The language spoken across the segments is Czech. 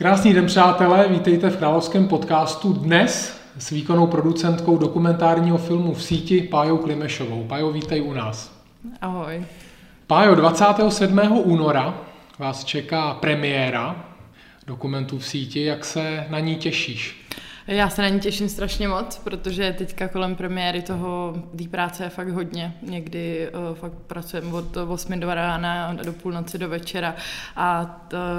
Krásný den, přátelé, vítejte v Královském podcastu dnes s výkonnou producentkou dokumentárního filmu V síti Pájou Klimešovou. Pájo, vítej u nás. Ahoj. Pájo, 27. února vás čeká premiéra dokumentu V síti. Jak se na ní těšíš? Já se na ní těším strašně moc, protože teďka kolem premiéry té práce je fakt hodně. Někdy fakt pracujeme od 8 do rána do půlnoci do večera a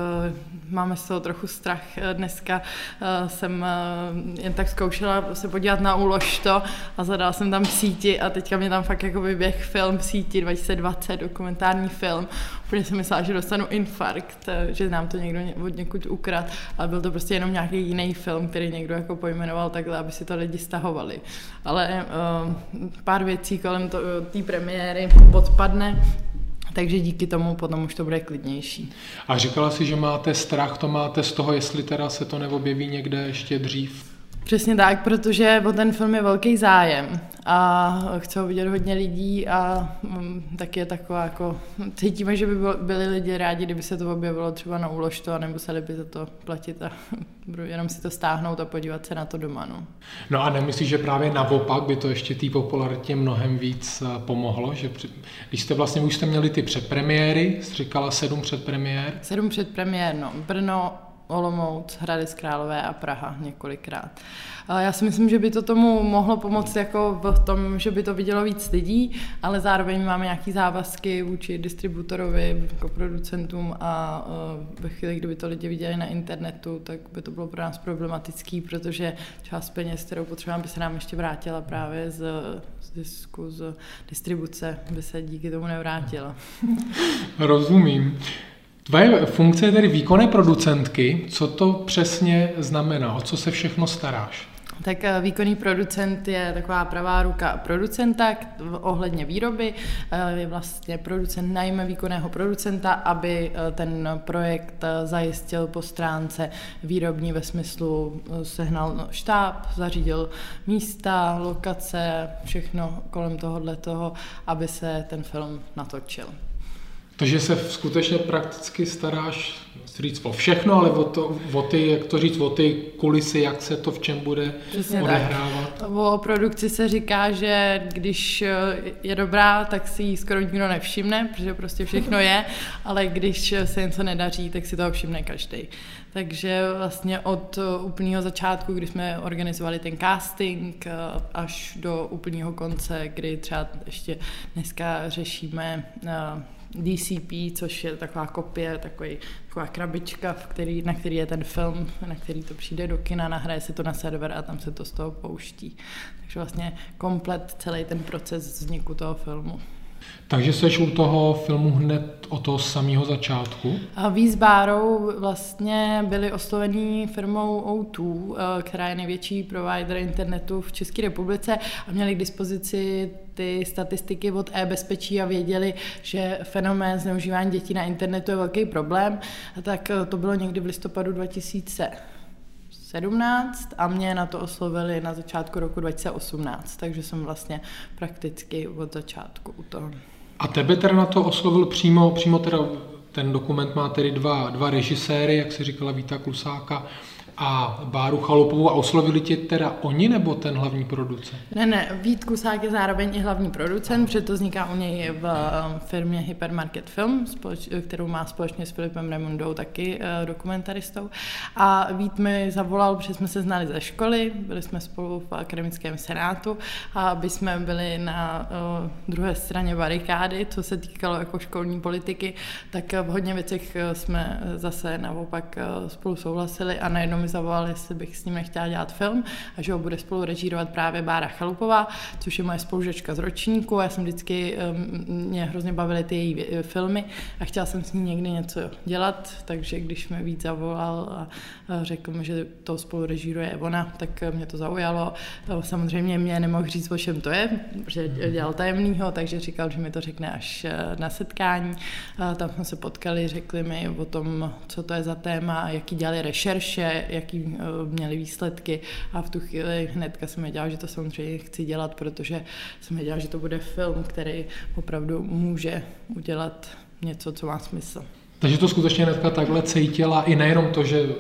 máme z toho trochu strach. Dneska jsem jen tak zkoušela se podívat na Ulož to a zadala jsem tam V síti a teďka mě tam fakt jakoby běh film V síti 2020, dokumentární film. Úplně jsem myslela, že dostanu infarkt, že nám to někdo od někud ukradl, ale byl to prostě jenom nějaký jiný film, který někdo jako pojmenoval takhle, aby si to lidi stahovali. Ale pár věcí kolem té premiéry odpadne, takže díky tomu potom už to bude klidnější. A říkala si, že máte strach, to máte z toho, jestli teda se to neobjeví někde ještě dřív? Přesně tak, protože o ten film je velký zájem a chce ho vidět hodně lidí a taky je taková jako, cítíme, že by byli lidi rádi, kdyby se to objevilo třeba na Ulož to a nemuseli by za to platit a jenom si to stáhnout a podívat se na to doma. No a nemyslíš, že právě naopak by to ještě té popularitě mnohem víc pomohlo? Že když jste vlastně už jste měli ty předpremiéry, jsi říkala 7 předpremiér? 7 předpremiér, no. Brno, Olomouc, Hradec Králové a Praha několikrát. Já si myslím, že by to tomu mohlo pomoct jako v tom, že by to vidělo víc lidí, ale zároveň máme nějaké závazky vůči distributorovi, jako producentům a ve chvíli, kdyby to lidi viděli na internetu, tak by to bylo pro nás problematický, protože část peněz, kterou potřebujeme, by se nám ještě vrátila právě z zisku, z distribuce, by se díky tomu nevrátila. Rozumím. Tvoje funkce je tedy výkonné producentky. Co to přesně znamená? O co se všechno staráš? Tak výkonný producent je taková pravá ruka producenta ohledně výroby. Je vlastně producent najme výkonného producenta, aby ten projekt zajistil po stránce výrobní ve smyslu sehnal štáb, zařídil místa, lokace, všechno kolem toho, aby se ten film natočil. Takže se skutečně prakticky staráš, říct o všechno, ale o ty kulisy, jak se to v čem bude odehrávat. Tak. O produkci se říká, že když je dobrá, tak si ji skoro nikdo nevšimne, protože prostě všechno je, ale když se něco nedaří, tak si toho všimne každý. Takže vlastně od úplného začátku, kdy jsme organizovali ten casting, až do úplného konce, kdy třeba ještě dneska řešíme DCP, což je taková kopie, taková krabička, na který je ten film, na který to přijde do kina, nahraje se to na server a tam se to z toho pouští. Takže vlastně komplet celý ten proces vzniku toho filmu. Takže seš u toho filmu hned od toho samého začátku? A Ví s Bárou vlastně byli oslovení firmou O2, která je největší provider internetu v České republice a měli k dispozici ty statistiky od e-bezpečí a věděli, že fenomén zneužívání dětí na internetu je velký problém. A tak to bylo někdy v listopadu 2017 a mě na to oslovili na začátku roku 2018, takže jsem vlastně prakticky od začátku u toho. A tebe teda na to oslovil přímo teda ten dokument má tedy dva režiséry, jak jsi říkala, Víta Klusáka a Báru Chalupovou, a oslovili tě teda oni nebo ten hlavní producent? Ne, Vít Klusák je zároveň i hlavní producent, protože to vzniká u něj v firmě Hypermarket Film, kterou má společně s Filipem Remundou, taky dokumentaristou. A Vít mi zavolal, protože jsme se znali ze školy, byli jsme spolu v akademickém senátu a aby jsme byli na druhé straně barikády, co se týkalo jako školní politiky, tak v hodně věcech jsme zase naopak spolu souhlasili a najednou mi zavolal, jestli bych s ním nechtěla dělat film a že ho bude spolu režírovat právě Bára Chalupová, což je moje spolužačka z ročníku a já jsem vždycky, mě hrozně bavily ty její filmy a chtěla jsem s ní někdy něco dělat, takže když mě víc zavolal a řekl mi, že to spolu režíruje ona, tak mě to zaujalo. Samozřejmě mě nemohl říct, o čem to je, protože dělal tajemnýho, takže říkal, že mi to řekne až na setkání. Tam jsme se potkali, řekli mi o tom, co to je za téma, jaký dělali rešerše, jaký měli výsledky a v tu chvíli hnedka jsem věděla, že to samozřejmě chci dělat, protože jsem věděla, že to bude film, který opravdu může udělat něco, co má smysl. Takže to skutečně hnedka takhle cítila i nejenom to, že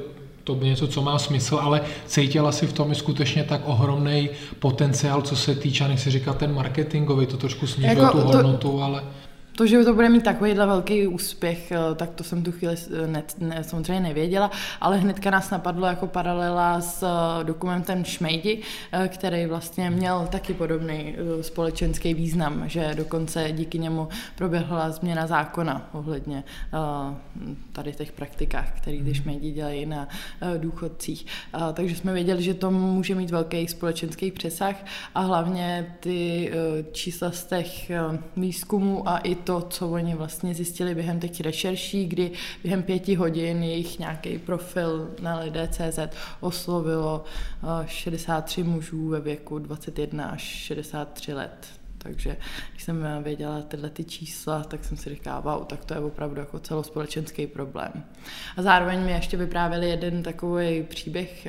to by něco, co má smysl, ale cítila si v tom i skutečně tak ohromný potenciál, co se týče, nechci říkat ten marketingový, to trošku snižuje jako tu hodnotu, ale... To, že to bude mít takovýhle velký úspěch, tak to jsem tu chvíli samozřejmě nevěděla, ale hnedka nás napadlo jako paralela s dokumentem Šmejdi, který vlastně měl taky podobný společenský význam, že dokonce díky němu proběhla změna zákona ohledně tady těch praktikách, které ty šmejdi dělají na důchodcích. Takže jsme věděli, že to může mít velký společenský přesah a hlavně ty čísla z těch výzkumů a i to, co oni vlastně zjistili během těch rešerší, kdy během 5 hodin jejich nějaký profil na lidé.cz oslovilo 63 mužů ve věku 21 až 63 let. Takže když jsem věděla tyhle ty čísla, tak jsem si říkala, wow, tak to je opravdu jako celospolečenský problém. A zároveň mi ještě vyprávěli jeden takový příběh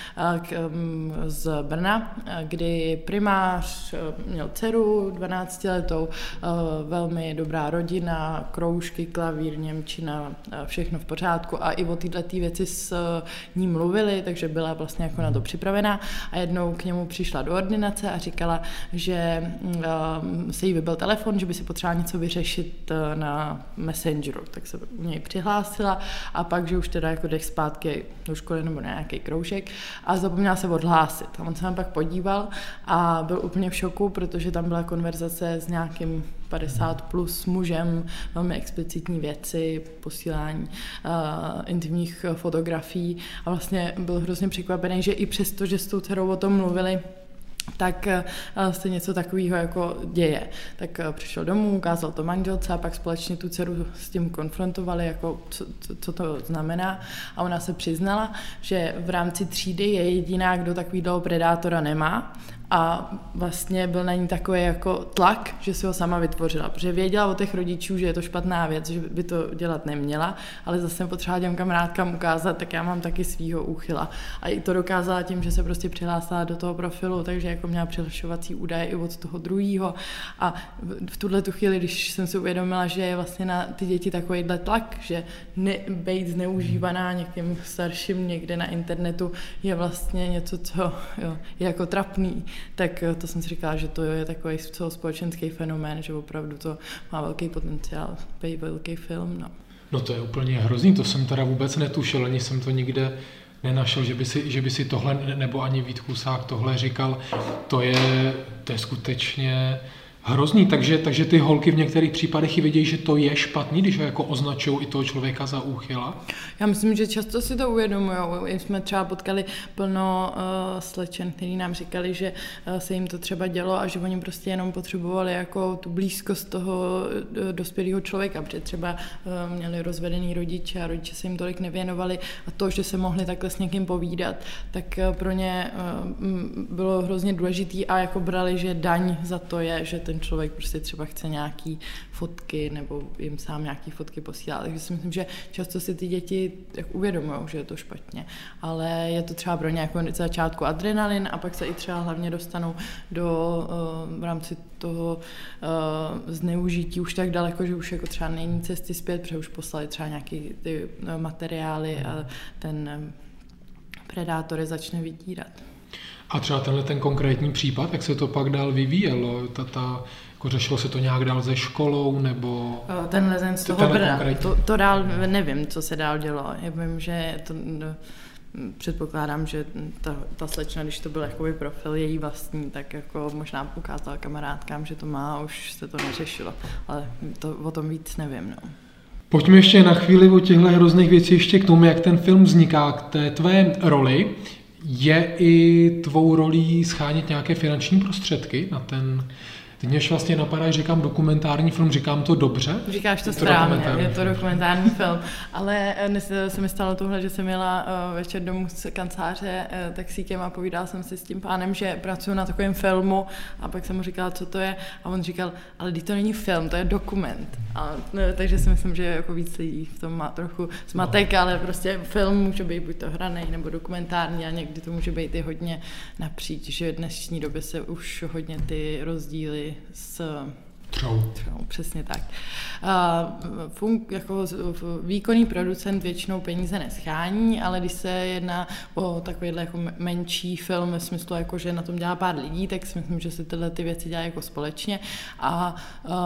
z Brna, kdy primář měl dceru 12letou, velmi dobrá rodina, kroužky, klavír, němčina, všechno v pořádku a i o této věci s ní mluvili, takže byla vlastně jako na to připravená a jednou k němu přišla do ordinace a říkala, že se jí vybil telefon, že by si potřebovala něco vyřešit na Messengeru, tak se u něj přihlásila a pak, že už teda jako jdeš zpátky do školy nebo na nějaký kroužek a zapomněla se odhlásit. A on se tam pak podíval a byl úplně v šoku, protože tam byla konverzace s nějakým 50 plus mužem, velmi explicitní věci, posílání intimních fotografií a vlastně byl hrozně překvapený, že i přesto, že s tou dcerou o tom mluvili, tak se něco takového jako děje. Tak přišel domů, ukázal to manželce a pak společně tu dceru s tím konfrontovali, jako co to znamená. A ona se přiznala, že v rámci třídy je jediná, kdo takovýhle predátora nemá. A vlastně byl na ní takový jako tlak, že si ho sama vytvořila, protože věděla od těch rodičů, že je to špatná věc, že by to dělat neměla, ale zase potřeba těm kamarádkám ukázat, tak já mám taky svýho úchyla. A i to dokázala tím, že se prostě přihlásila do toho profilu, takže jako měla přihlašovací údaje i od toho druhého. A v tuhle tu chvíli, když jsem si uvědomila, že je vlastně na ty děti takovýhle tlak, že být zneužívaná někým starším někde na internetu je vlastně něco, co je jako trapný, tak to jsem si říkala, že to je takový celospolečenský fenomén, že opravdu to má velký potenciál, velký film. No to je úplně hrozný, to jsem teda vůbec netušil, ani jsem to nikde nenašel, že by si tohle, nebo ani Vít Klusák tohle říkal, to je skutečně hrozný, takže ty holky v některých případech i vědějí, že to je špatný, když ho jako označují i toho člověka za úchyla? Já myslím, že často si to uvědomujou. Jsme třeba potkali plno slečen, který nám říkali, že se jim to třeba dělo a že oni prostě jenom potřebovali jako tu blízkost toho dospělého člověka, protože třeba měli rozvedený rodiče a rodiče se jim tolik nevěnovali a to, že se mohli takhle s někým povídat, tak pro ně bylo hrozně důležitý a jako brali, že daň za to je, že ten člověk prostě třeba chce nějaký fotky nebo jim sám nějaký fotky posílá. Takže si myslím, že často si ty děti uvědomují, že je to špatně. Ale je to třeba pro ně jako začátku adrenalin a pak se i třeba hlavně dostanou v rámci toho zneužití už tak daleko, že už jako třeba není cesty zpět, protože už poslali třeba nějaký ty materiály a ten predátor je začne vydírat. A třeba ten konkrétní případ, jak se to pak dál vyvíjelo? Jako řešilo se to nějak dál se školou, nebo... Ten lezen z toho Brna. To dál nevím, co se dál dělo. Já vím, že to... Předpokládám, že ta slečna, když to byl jakoby profil její vlastní, tak jako možná ukázala kamarádkám, že to má, už se to neřešilo. Ale o tom víc nevím, no. Pojďme ještě na chvíli o těchto hrozných věcí ještě k tomu, jak ten film vzniká, k té tvé roli. Je i tvou rolí schánět nějaké finanční prostředky na ten... Teď mě vlastně napadá, že říkám dokumentární film, říkám to dobře? Říkáš to správně, je to dokumentární film, ale se mi stalo tohle, že jsem jela večer domů z kanceláře taxíkem a povídala jsem si s tím pánem, že pracuji na takovém filmu a pak jsem mu říkala, co to je a on říkal, ale když to není film, to je dokument. Takže si myslím, že jako víc lidí v tom má trochu zmatek, ale prostě film může být buď to hraný nebo dokumentární a někdy to může být i hodně napříč, že v dnešní době se už hodně ty rozdíly show. Přesně tak. Jako výkonný producent většinou peníze neschání, ale když se jedná o takovýhle jako menší film, ve smyslu, jako, že na tom dělá pár lidí, tak si myslím, že se tyhle ty věci dělají jako společně a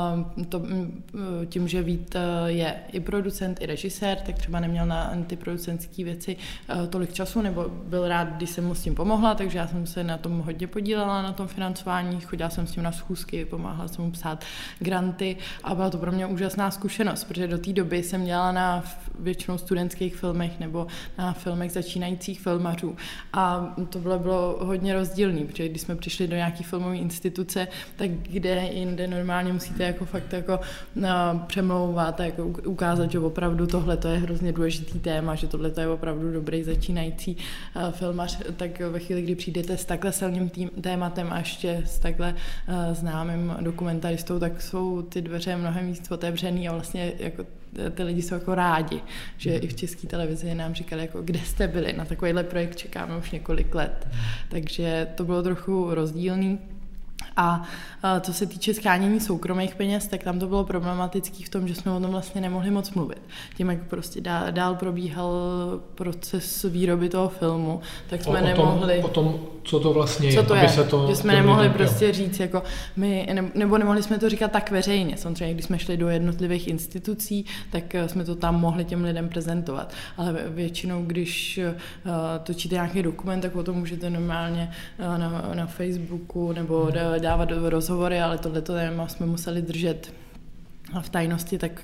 tím, že Vít je i producent, i režisér, tak třeba neměl na ty producentské věci tolik času, nebo byl rád, když jsem mu s tím pomohla, takže já jsem se na tom hodně podílela, na tom financování, chodila jsem s tím na schůzky, pomáhala jsem mu psát granty a byla to pro mě úžasná zkušenost, protože do té doby jsem dělala na většinou studentských filmech nebo na filmech začínajících filmařů a to bylo hodně rozdílný, protože když jsme přišli do nějaký filmové instituce, tak kde jinde normálně musíte jako fakt jako přemlouvat a jako ukázat, že opravdu tohle to je hrozně důležitý téma, že tohle to je opravdu dobrý začínající filmař, tak ve chvíli, kdy přijdete s takhle silným tématem a ještě s takhle známým dokumentaristou, tak jsou ty dveře mnohem víc otevřený a vlastně jako ty lidi jsou jako rádi, že i v české televizi nám říkali, jako, kde jste byli, na takovýhle projekt čekáme už několik let. Takže to bylo trochu rozdílný. A co se týče shánění soukromých peněz, tak tam to bylo problematický v tom, že jsme o tom vlastně nemohli moc mluvit. Tím, jak prostě dál probíhal proces výroby toho filmu, tak jsme nemohli... O tom, co to vlastně co to je, aby se to... Že jsme nemohli prostě říct, jako my, nebo nemohli jsme to říkat tak veřejně. Samozřejmě, když jsme šli do jednotlivých institucí, tak jsme to tam mohli těm lidem prezentovat. Ale většinou, když točíte nějaký dokument, tak o tom můžete normálně na Facebooku nebo dávat rozhovory, ale tohleto téma jsme museli držet v tajnosti, tak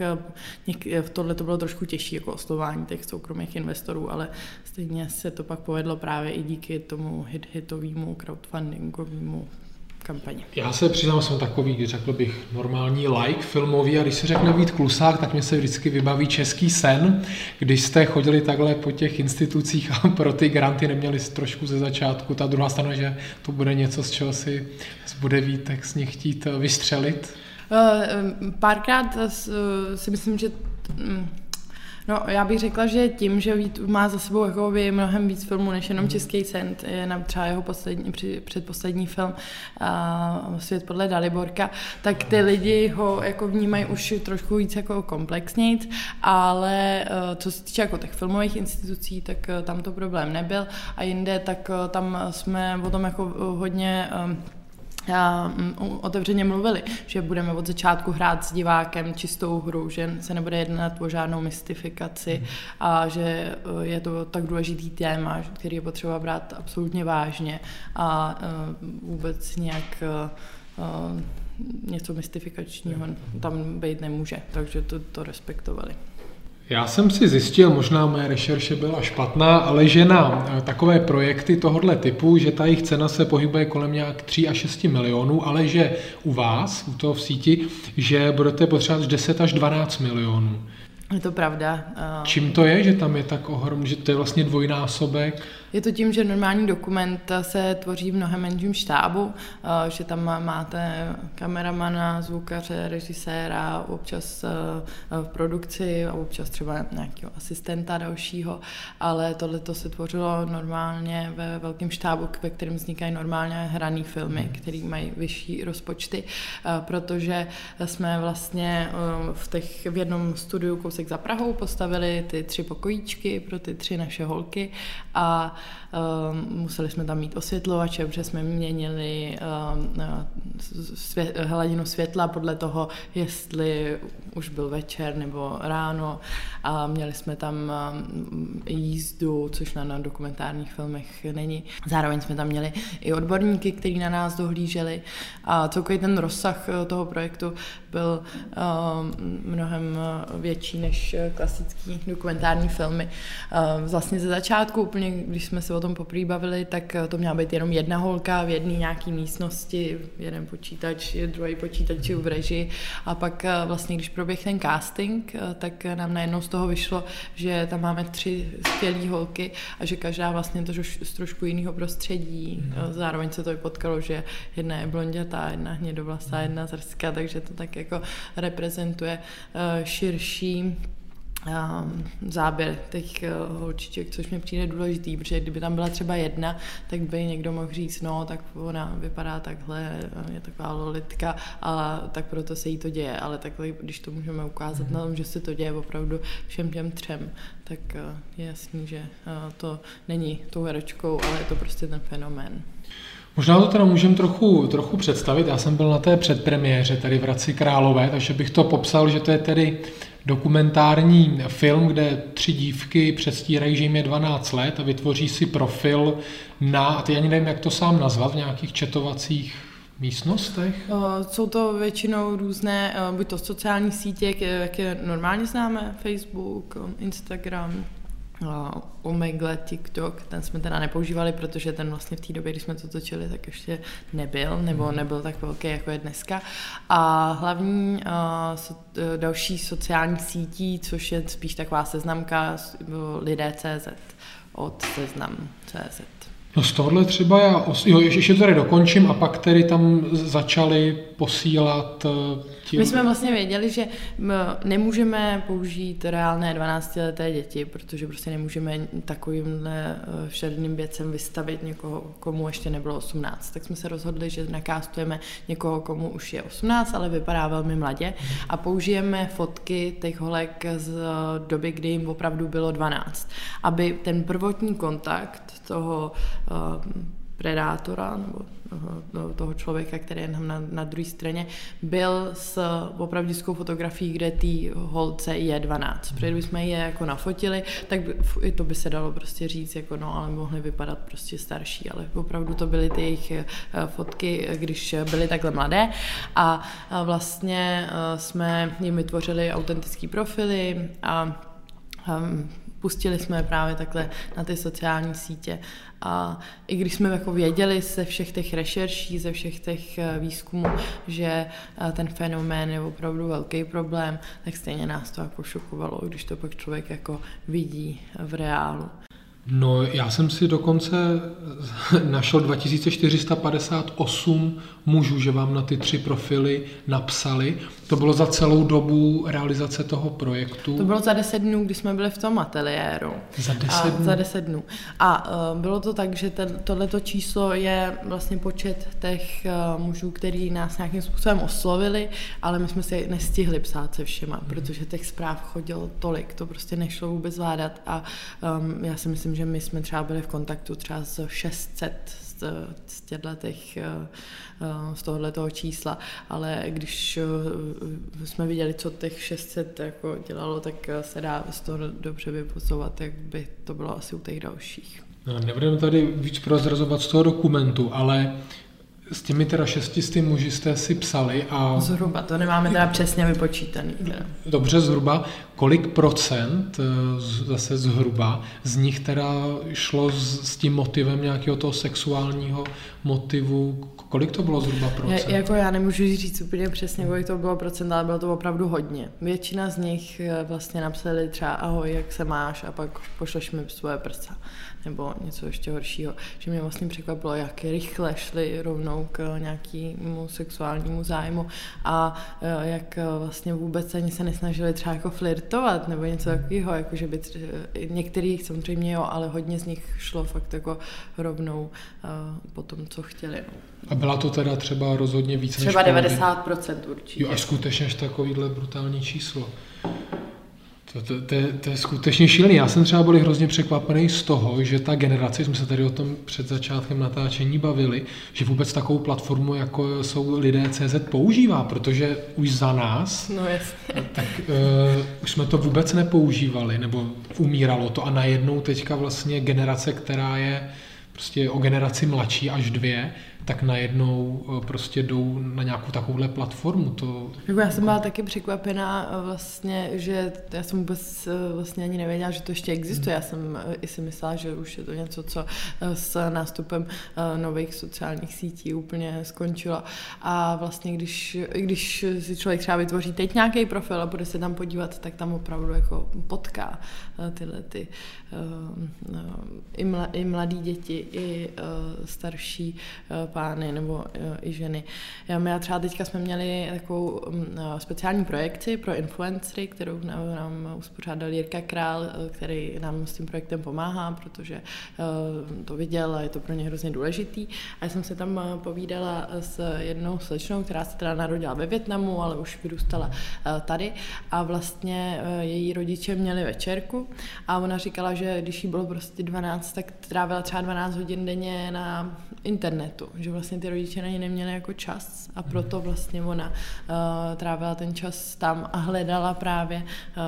tohle to bylo trošku těžší jako oslování těch soukromých investorů, ale stejně se to pak povedlo právě i díky tomu hitovému crowdfundingovému kampani. Já se přiznám, jsem takový, řekl bych, normální like filmový a když se řekne Vít Klusák, tak mě se vždycky vybaví Český sen, když jste chodili takhle po těch institucích a pro ty granty neměli trošku ze začátku ta druhá strana, že to bude něco, z čeho si bude Vítek z nich chtít vystřelit? Párkrát si myslím, že no, já bych řekla, že tím, že Vít má za sebou jakoby mnohem víc filmů než jenom Český sen, je třeba jeho předposlední film Svět podle Daliborka, tak ty lidi ho jako vnímají už trošku víc jako komplexnějc, ale co se týče jako těch filmových institucí, tak tam to problém nebyl a jinde, tak tam jsme o tom jako hodně otevřeně mluvili, že budeme od začátku hrát s divákem čistou hru, že se nebude jednat o žádnou mystifikaci a že je to tak důležitý téma, který je potřeba brát absolutně vážně a vůbec nějak něco mystifikačního tam být nemůže, takže to respektovali. Já jsem si zjistil, možná moje rešerše byla špatná, ale že na takové projekty tohoto typu, že ta jejich cena se pohybuje kolem nějak 3 až 6 milionů, ale že u vás, u toho v síti, že budete potřebovat 10 až 12 milionů. Je to pravda. Čím to je, že tam je tak ohromný, že to je vlastně dvojnásobek? Je to tím, že normální dokument se tvoří v mnohem menším štábu, že tam máte kameramana, zvukaře, režiséra, občas v produkci a občas třeba nějakého asistenta dalšího, ale tohleto se tvořilo normálně ve velkém štábu, ve kterém vznikají normálně hraný filmy, které mají vyšší rozpočty, protože jsme vlastně v jednom studiu kousek za Prahou postavili ty 3 pokojíčky pro ty 3 naše holky a museli jsme tam mít osvětlovače, protože jsme měnili hladinu světla podle toho, jestli už byl večer nebo ráno a měli jsme tam jízdu, což na dokumentárních filmech není. Zároveň jsme tam měli i odborníky, kteří na nás dohlíželi a celkový ten rozsah toho projektu byl mnohem větší než klasický dokumentární filmy. Vlastně ze začátku úplně, když jsme se o tom poprvé bavili, tak to měla být jenom jedna holka v jedné nějaké místnosti, jeden počítač, druhý počítač v režii a pak vlastně, když proběh ten casting, tak nám najednou z toho vyšlo, že tam máme 3 skvělé holky a že každá vlastně to z trošku jiného prostředí. Zároveň se to i potkalo, že jedna je blondětá, jedna hnědovlasá, jedna zrská, takže to tak jako reprezentuje širší záběr těch holčiček, což mi přijde důležitý, protože kdyby tam byla třeba jedna, tak by někdo mohl říct, no, tak ona vypadá takhle, je taková lolitka, a tak proto se jí to děje, ale takhle, když to můžeme ukázat na tom, že se to děje opravdu všem těm třem, tak je jasný, že to není tou herečkou, ale je to prostě ten fenomén. Možná to teda můžeme trochu představit. Já jsem byl na té předpremiéře tady v Hradci Králové, takže bych to popsal, že to je tedy dokumentární film, kde 3 dívky předstírají, že jim je 12 let a vytvoří si profil a ty ani nevím, jak to sám nazvat, v nějakých chatovacích místnostech? Jsou to většinou různé, buď to sociální sítě, jak je normálně známe, Facebook, Instagram, Omegle, TikTok, ten jsme teda nepoužívali, protože ten vlastně v té době, když jsme to točili, tak ještě nebyl, nebo nebyl tak velký, jako je dneska. A hlavní další sociální sítí, což je spíš taková seznamka, lidé.cz od seznam.cz. No z tohohle třeba ještě to tady dokončím a pak tedy tam začali posílat My jsme vlastně věděli, že nemůžeme použít reálné 12leté děti, protože prostě nemůžeme takovýmhle všedným věcem vystavit někoho, komu ještě nebylo 18. Tak jsme se rozhodli, že nakástujeme někoho, komu už je 18, ale vypadá velmi mladě a použijeme fotky těch holek z doby, kdy jim opravdu bylo 12, aby ten prvotní kontakt toho predátora nebo toho člověka, který je na druhé straně, byl s opravdickou fotografií, kde té holce je 12. Protože kdybychom je jako nafotili, tak i to by se dalo prostě říct, jako no, ale mohly vypadat prostě starší, ale opravdu to byly ty jejich fotky, když byly takhle mladé a vlastně jsme jim vytvořili autentický profily a pustili jsme právě takhle na ty sociální sítě. A i když jsme jako věděli ze všech těch rešerší, ze všech těch výzkumů, že ten fenomén je opravdu velký problém, tak stejně nás to jako šokovalo, když to pak člověk jako vidí v reálu. No, já jsem si dokonce našel 2458 mužů, že vám na ty 3 profily napsali. To bylo za celou dobu realizace toho projektu. To bylo za 10 dnů, když jsme byli v tom ateliéru. Za 10 dnů? Za 10 dnů. A bylo to tak, že tohleto číslo je vlastně počet těch mužů, který nás nějakým způsobem oslovili, ale my jsme si nestihli psát se všema, protože těch zpráv chodilo tolik, to prostě nešlo vůbec zvládat a já si myslím, že my jsme třeba byli v kontaktu třeba s 600 z tohoto čísla, ale když jsme viděli, co těch 600 jako dělalo, tak se dá z toho dobře vypozovat, jak by to bylo asi u těch dalších. No, nebudeme tady víc prozrazovat z toho dokumentu, ale s těmi teda 600 muži jste si psali a... Zhruba, to nemáme teda přesně vypočítaný. Teda. Dobře, zhruba. Kolik procent, zase zhruba, z nich teda šlo s tím motivem nějakého toho sexuálního motivu? Kolik to bylo zhruba procent? Já nemůžu říct úplně přesně, kolik to bylo procent, ale bylo to opravdu hodně. Většina z nich vlastně napsali třeba ahoj, jak se máš a pak pošleš mi svoje prsa. Nebo něco ještě horšího. Že mě vlastně překvapilo, jak rychle šli rovnou k nějakému sexuálnímu zájmu a jak vlastně vůbec ani se nesnažili třeba jako flirtovat nebo něco takového, jako že by některých samozřejmě jo, ale hodně z nich šlo fakt jako rovnou po tom, co chtěli. No. A byla to teda třeba rozhodně víc třeba než 90% určitě. Jo, až skutečně až takovýhle brutální číslo. To je skutečně šílený. Já jsem třeba byl hrozně překvapený z toho, že ta generace, jsme se tady o tom před začátkem natáčení bavili, že vůbec takovou platformu, jako jsou lidé.cz používá, protože už za nás, tak už jsme to vůbec nepoužívali, nebo umíralo to a najednou teďka vlastně generace, která je prostě o generaci mladší až 2, tak najednou prostě jdou na nějakou takovouhle platformu. Já jsem byla taky překvapená vlastně, že já jsem vůbec vlastně ani nevěděla, že to ještě existuje. Já jsem i si myslela, že už je to něco, co s nástupem nových sociálních sítí úplně skončilo. A vlastně, když si člověk třeba vytvoří teď nějaký profil a bude se tam podívat, tak tam opravdu jako potká tyhle ty i mladý děti, i starší pány nebo i ženy. My třeba teďka jsme měli takovou speciální projekci pro influencery, kterou nám uspořádal Jirka Král, který nám s tím projektem pomáhá, protože to viděl a je to pro ně hrozně důležitý. A já jsem se tam povídala s jednou slečnou, která se teda narodila ve Vietnamu, ale už vyrůstala tady a vlastně její rodiče měli večerku a ona říkala, že když jí bylo prostě 12, tak trávila třeba 12 hodin denně na internetu, že vlastně ty rodiče na ně neměli jako čas a proto vlastně ona trávila ten čas tam a hledala právě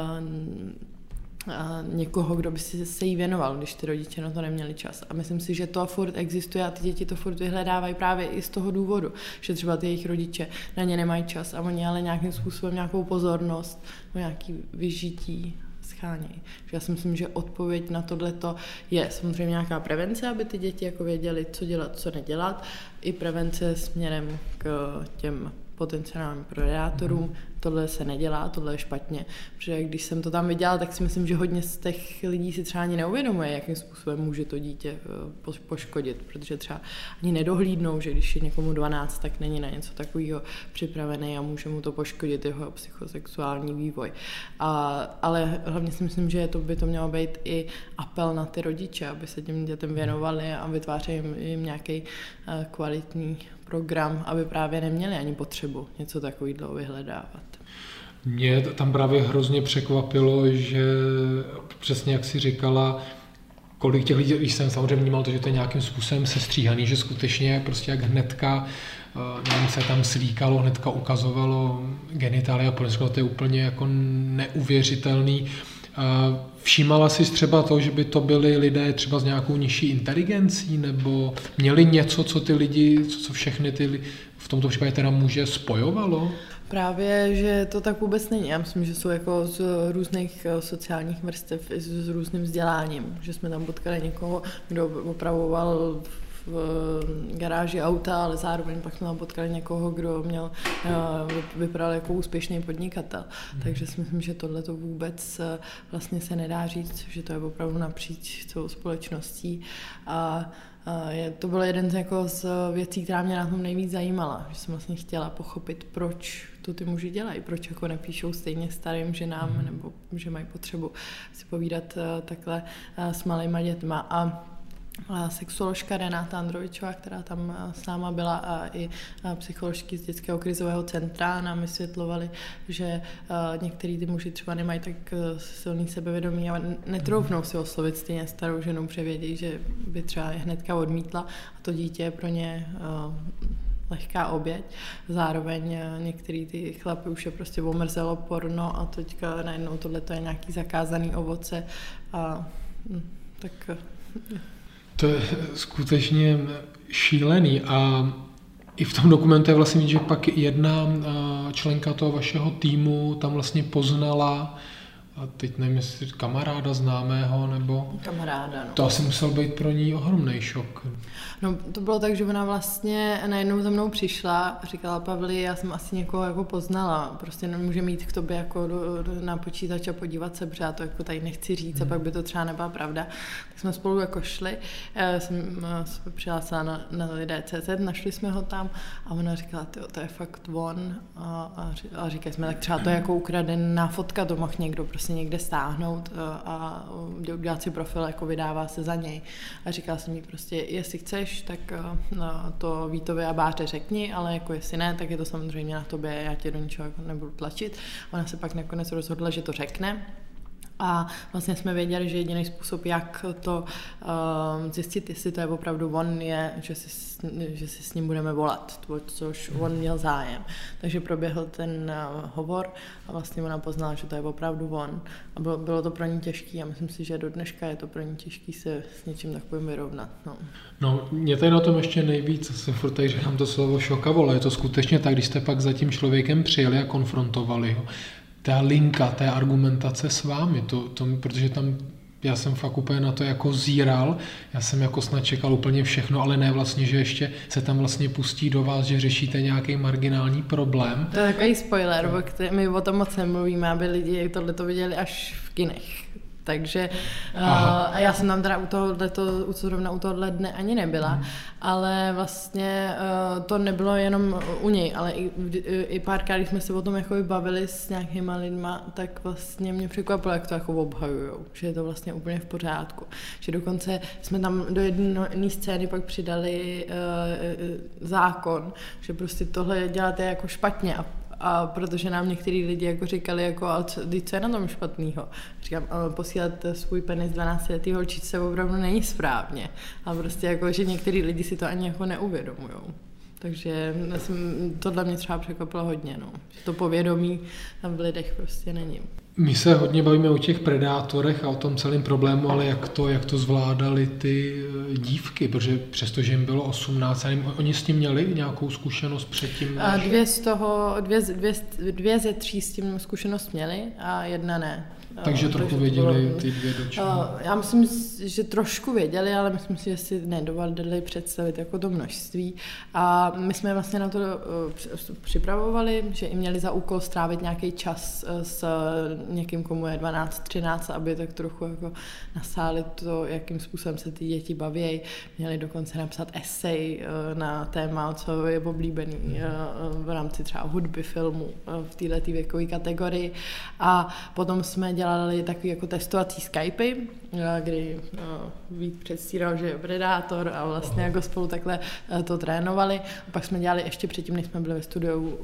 někoho, kdo by se jí věnoval, když ty rodiče na to neměli čas. A myslím si, že to furt existuje a ty děti to furt vyhledávají právě i z toho důvodu, že třeba ty jejich rodiče na ně nemají čas a oni ale nějakým způsobem nějakou pozornost, nějaký vyžití schánějí. Já si myslím, že odpověď na tohleto je samozřejmě nějaká prevence, aby ty děti jako věděly, co dělat, co nedělat, i prevence směrem k těm potenciálním predátorům. Tohle se nedělá, tohle je špatně, protože když jsem to tam viděla, tak si myslím, že hodně z těch lidí si třeba ani neuvědomuje, jakým způsobem může to dítě poškodit, protože třeba ani nedohlídnou, že když je někomu 12, tak není na něco takového připravený a může mu to poškodit jeho psychosexuální vývoj. Ale hlavně si myslím, že by to mělo být i apel na ty rodiče, aby se těm dětem věnovali a vytvářeli jim nějaký kvalitní program, aby právě neměli ani potřebu něco takového vyhledávat. Mě tam právě hrozně překvapilo, že přesně jak jsi říkala, kolik těch lidí, když jsem samozřejmě vnímal to, že to je nějakým způsobem sestříhaný, že skutečně prostě jak hnedka nevím, se tam slíkalo, hnedka ukazovalo genitália, protože to je úplně jako neuvěřitelný. Všímala jsi třeba to, že by to byli lidé třeba s nějakou nižší inteligencí, nebo měli něco, co ty lidi, co všechny ty v tomto případě teda muže spojovalo? Právě, že to tak vůbec není. Já myslím, že jsou jako z různých sociálních vrstev i s různým vzděláním. Že jsme tam potkali někoho, kdo opravoval v garáži auta, ale zároveň pak jsme tam potkali někoho, kdo vypadal jako úspěšný podnikatel. Takže si myslím, že tohle to vůbec vlastně se nedá říct, že to je opravdu napříč celou společností. To byl jeden z věcí, která mě na tom nejvíc zajímala, že jsem vlastně chtěla pochopit, proč to ty muži dělají, proč jako nepíšou stejně starým ženám, nebo že mají potřebu si povídat takhle s malýma dětma. A sexuoložka Renáta Androvičová, která tam s náma byla, a i psycholožky z dětského krizového centra nám vysvětlovali, že některý ty muži třeba nemají tak silný sebevědomí a netroufnou si oslovit stejně starou ženu, protože vědí, že by třeba je hnedka odmítla a to dítě je pro ně lehká oběť. Zároveň některý ty chlapy už je prostě omrzelo porno a teďka najednou tohleto je nějaký zakázaný ovoce a tak... To je skutečně šílený a i v tom dokumentu je vlastně vidět, že pak jedna členka toho vašeho týmu tam vlastně poznala, a teď nevím, jestli kamaráda známého, nebo... Kamaráda, no. To asi musel být pro ní ohromný šok. No, to bylo tak, že ona vlastně najednou za mnou přišla a říkala: Pavli, já jsem asi někoho jako poznala, prostě nemůže mít k tobě jako na počítač a podívat se, protože já to jako tady nechci říct a pak by to třeba nebyla pravda. Tak jsme spolu jako šli, jsem se přihlásila na lidé.cz, našli jsme ho tam a ona říkala: to je fakt on a říkali jsme, tak třeba to je jako ukradená fotka, to mohl někdo prostě někde stáhnout a udělat si profil, jako vydává se za něj. A říkala jsem jí prostě, jestli chceš, tak to Vítovi a Báře řekni, ale jako jestli ne, tak je to samozřejmě na tobě, já tě do ničeho jako nebudu tlačit. Ona se pak nakonec rozhodla, že to řekne. A vlastně jsme věděli, že jediný způsob, jak to zjistit, jestli to je opravdu on, je, že si s ním budeme volat, což on měl zájem. Takže proběhl ten hovor a vlastně ona poznala, že to je opravdu on. A bylo to pro ní těžké a myslím si, že do dneška je to pro ní těžké se s něčím takovým vyrovnat. No, mě tady na tom ještě nejvíc, se furt tady říkám to slovo šokavolo, je to skutečně tak, když jste pak za tím člověkem přijeli a konfrontovali ho, ta linka, té argumentace s vámi, protože tam já jsem fakt úplně na to jako zíral, já jsem jako snad čekal úplně všechno, ale ne vlastně, že ještě se tam vlastně pustí do vás, že řešíte nějaký marginální problém. To je takový spoiler, my o tom moc nemluvíme, aby lidi tohleto viděli až v kinech. Takže a já jsem tam teda u tohohle dne ani nebyla, ale vlastně to nebylo jenom u něj, ale i párkrát, když jsme se o tom jako bavili s nějakýma lidma, tak vlastně mě překvapilo, jak to jako obhajujou, že je to vlastně úplně v pořádku. Že dokonce jsme tam do jedné scény pak přidali zákon, že prostě tohle děláte jako špatně a protože nám některý lidi jako říkali, jako, ale co je na tom špatného? Říkám, posílat svůj penis 12letý holčičce opravdu není správně. A prostě jako, že některý lidi si to ani jako neuvědomujou. Takže tohle mě třeba překvapilo hodně, no. Že to povědomí tam v lidech prostě není. My se hodně bavíme o těch predátorech a o tom celém problému, ale jak to zvládali ty dívky, protože přestože jim bylo 18, oni s tím měli nějakou zkušenost předtím? Dvě ze 3 s tím zkušenost měli a jedna ne. Takže trochu věděli ty 2 dočiny. Já myslím, že trošku věděli, ale myslím si, že si nedovedli představit jako to množství. A my jsme vlastně na to připravovali, že i měli za úkol strávit nějaký čas s někým, komu je 12, 13, aby tak trochu jako nasáli to, jakým způsobem se ty děti baví. Měli dokonce napsat esej na téma, co je oblíbený v rámci třeba hudby, filmu v této věkové kategorii. A potom jsme dělali takový jako testovací Skypy, kdy Vít předstíral, že je predátor a vlastně jako spolu takhle to trénovali. A pak jsme dělali ještě předtím, než jsme byli ve studiu,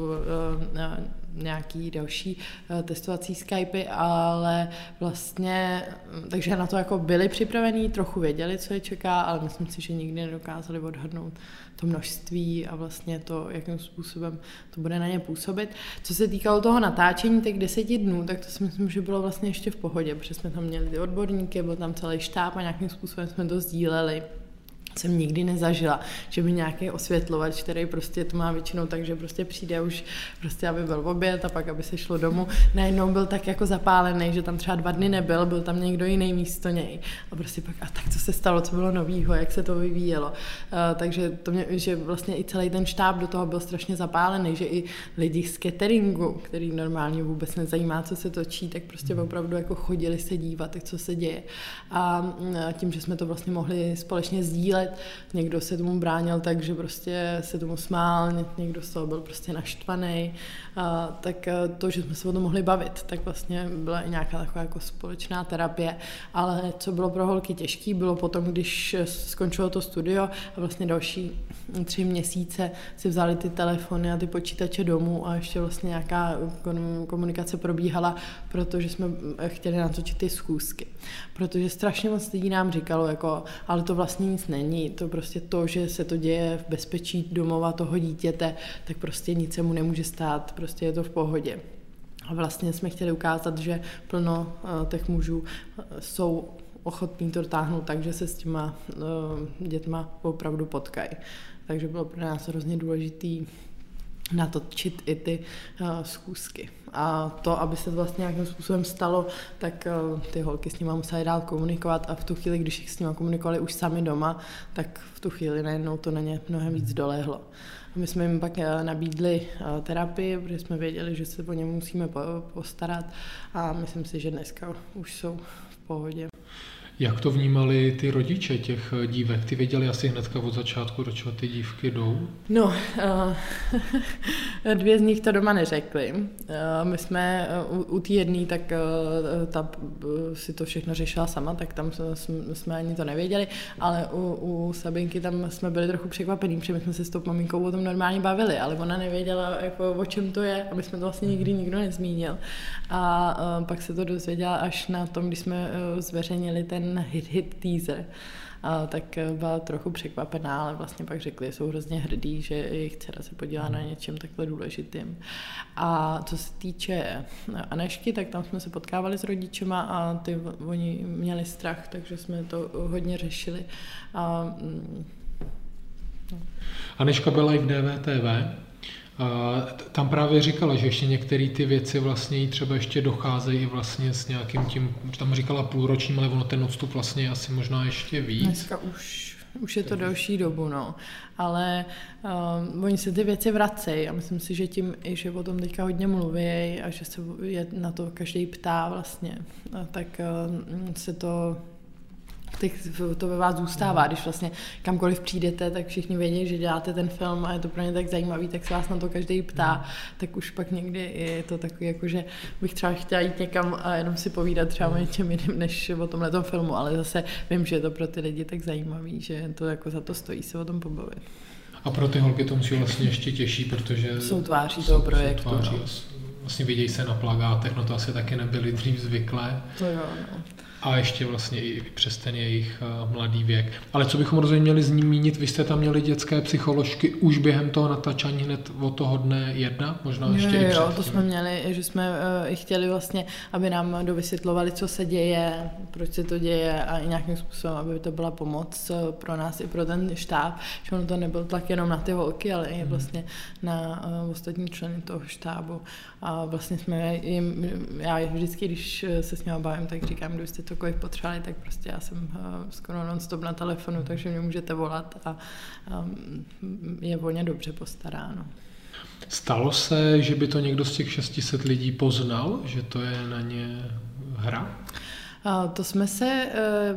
nějaký další testovací Skypy, ale vlastně, takže na to jako byli připravení, trochu věděli, co je čeká, ale myslím si, že nikdy nedokázali odhadnout to množství a vlastně to, jakým způsobem to bude na ně působit. Co se týkalo toho natáčení těch 10 dnů, tak to si myslím, že bylo vlastně ještě v pohodě, protože jsme tam měli ty odborníky, byl tam celý štáb a nějakým způsobem jsme to sdíleli. Jsem nikdy nezažila, že by nějaký osvětlovač, který prostě to má většinou tak, že prostě přijde už prostě, aby byl oběd a pak, aby se šlo domů, najednou byl tak jako zapálený, že tam třeba 2 dny nebyl, byl tam někdo jiný místo něj. A prostě pak, a tak co se stalo, co bylo novýho, jak se to vyvíjelo. Takže to mě, že vlastně i celý ten štáb do toho byl strašně zapálený, že i lidi z cateringu, který normálně vůbec nezajímá, co se točí, tak prostě opravdu jako chodili se dívat, co se děje. A tím, že jsme to vlastně mohli společně sdílet, někdo se tomu bránil tak, že prostě se tomu smál, někdo z toho byl prostě naštvaný, tak to, že jsme se o tom mohli bavit, tak vlastně byla i nějaká taková jako společná terapie, ale co bylo pro holky těžký, bylo potom, když skončilo to studio a vlastně další 3 měsíce si vzali ty telefony a ty počítače domů a ještě vlastně nějaká komunikace probíhala, protože jsme chtěli natočit ty schůzky. Protože strašně moc lidí nám říkalo, jako, ale to vlastně nic není, to prostě to, že se to děje v bezpečí domova toho dítěte, tak prostě nic se mu nemůže stát, prostě je to v pohodě. A vlastně jsme chtěli ukázat, že plno těch mužů jsou ochotní to dotáhnout tak, že se s těma dětma opravdu potkají. Takže bylo pro nás hrozně důležitý natočit i ty schůzky. A to, aby se to vlastně nějakým způsobem stalo, tak ty holky s nima musely dál komunikovat a v tu chvíli, když s nima komunikovali už sami doma, tak v tu chvíli najednou to na ně mnohem víc dolehlo. A my jsme jim pak nabídli terapii, protože jsme věděli, že se o ně musíme postarat a myslím si, že dneska už jsou v pohodě. Jak to vnímali ty rodiče těch dívek? Ty věděli asi hnedka od začátku, do čeho ty dívky jdou? No, 2 z nich to doma neřekli. My jsme u té jedné, tak ta si to všechno řešila sama, tak tam jsme ani to nevěděli, ale u Sabinky tam jsme byli trochu překvapení, protože my jsme se s tou maminkou o tom normálně bavili, ale ona nevěděla, jako, o čem to je a my jsme to vlastně nikdy nikdo nezmínil. A pak se to dozvěděla až na tom, když jsme zveřejnili ten hit teaser, tak byla trochu překvapená, ale vlastně pak řekli, že jsou hrozně hrdí, že jejich dcera se podílá na něčem takhle důležitým. A co se týče Anešky, tak tam jsme se potkávali s rodičema a oni měli strach, takže jsme to hodně řešili. Aneška byla i v DVTV. Tam právě říkala, že ještě některé ty věci vlastně jí třeba ještě docházejí vlastně s nějakým tím, tam říkala půlročním, ale ono ten odstup vlastně asi možná ještě víc. Dneska už Už je to delší dobu, no. Ale oni se ty věci vracejí a myslím si, že tím, i že o tom teďka hodně mluví a že se je na to každý ptá vlastně, tak se to ve vás zůstává. Když vlastně kamkoliv přijdete, tak všichni vědí, že děláte ten film a je to pro ně tak zajímavý, tak se vás na to každý ptá. Tak už pak někdy je to takový, jako že bych třeba chtěla jít někam a jenom si povídat třeba o něčem jiným, než o tomhletom filmu, ale zase vím, že je to pro ty lidi tak zajímavý, že to jako za to stojí se o tom pobavit. A pro ty holky to musí vlastně ještě těžší, protože jsou tváří toho projektu. Vlastně vidějí se na plakátech, no to asi taky nebyli dřív zvyklé. To jo, no. A ještě vlastně i přes ten jejich mladý věk. Ale co bychom rozhodně měli zmínit, vy jste tam měli dětské psycholožky už během toho natáčení hned od toho dne 1, možná ještě i předtím. Jo, to jsme měli, že jsme i chtěli vlastně, aby nám dovysvětlovali, co se děje, proč se to děje a i nějakým způsobem, aby to byla pomoc pro nás i pro ten štáb, že ono to nebyl tlak jenom na ty holky, ale i vlastně na ostatní členy toho štábu. A vlastně jsme jim, já vždycky, když se s nimi bavím, tak říkám, když jste cokoliv potřebovali, tak prostě já jsem skoro non-stop na telefonu, takže mě můžete volat a je o ně dobře postaráno. Stalo se, že by to někdo z těch 600 lidí poznal, že to je na ně hra? To jsme se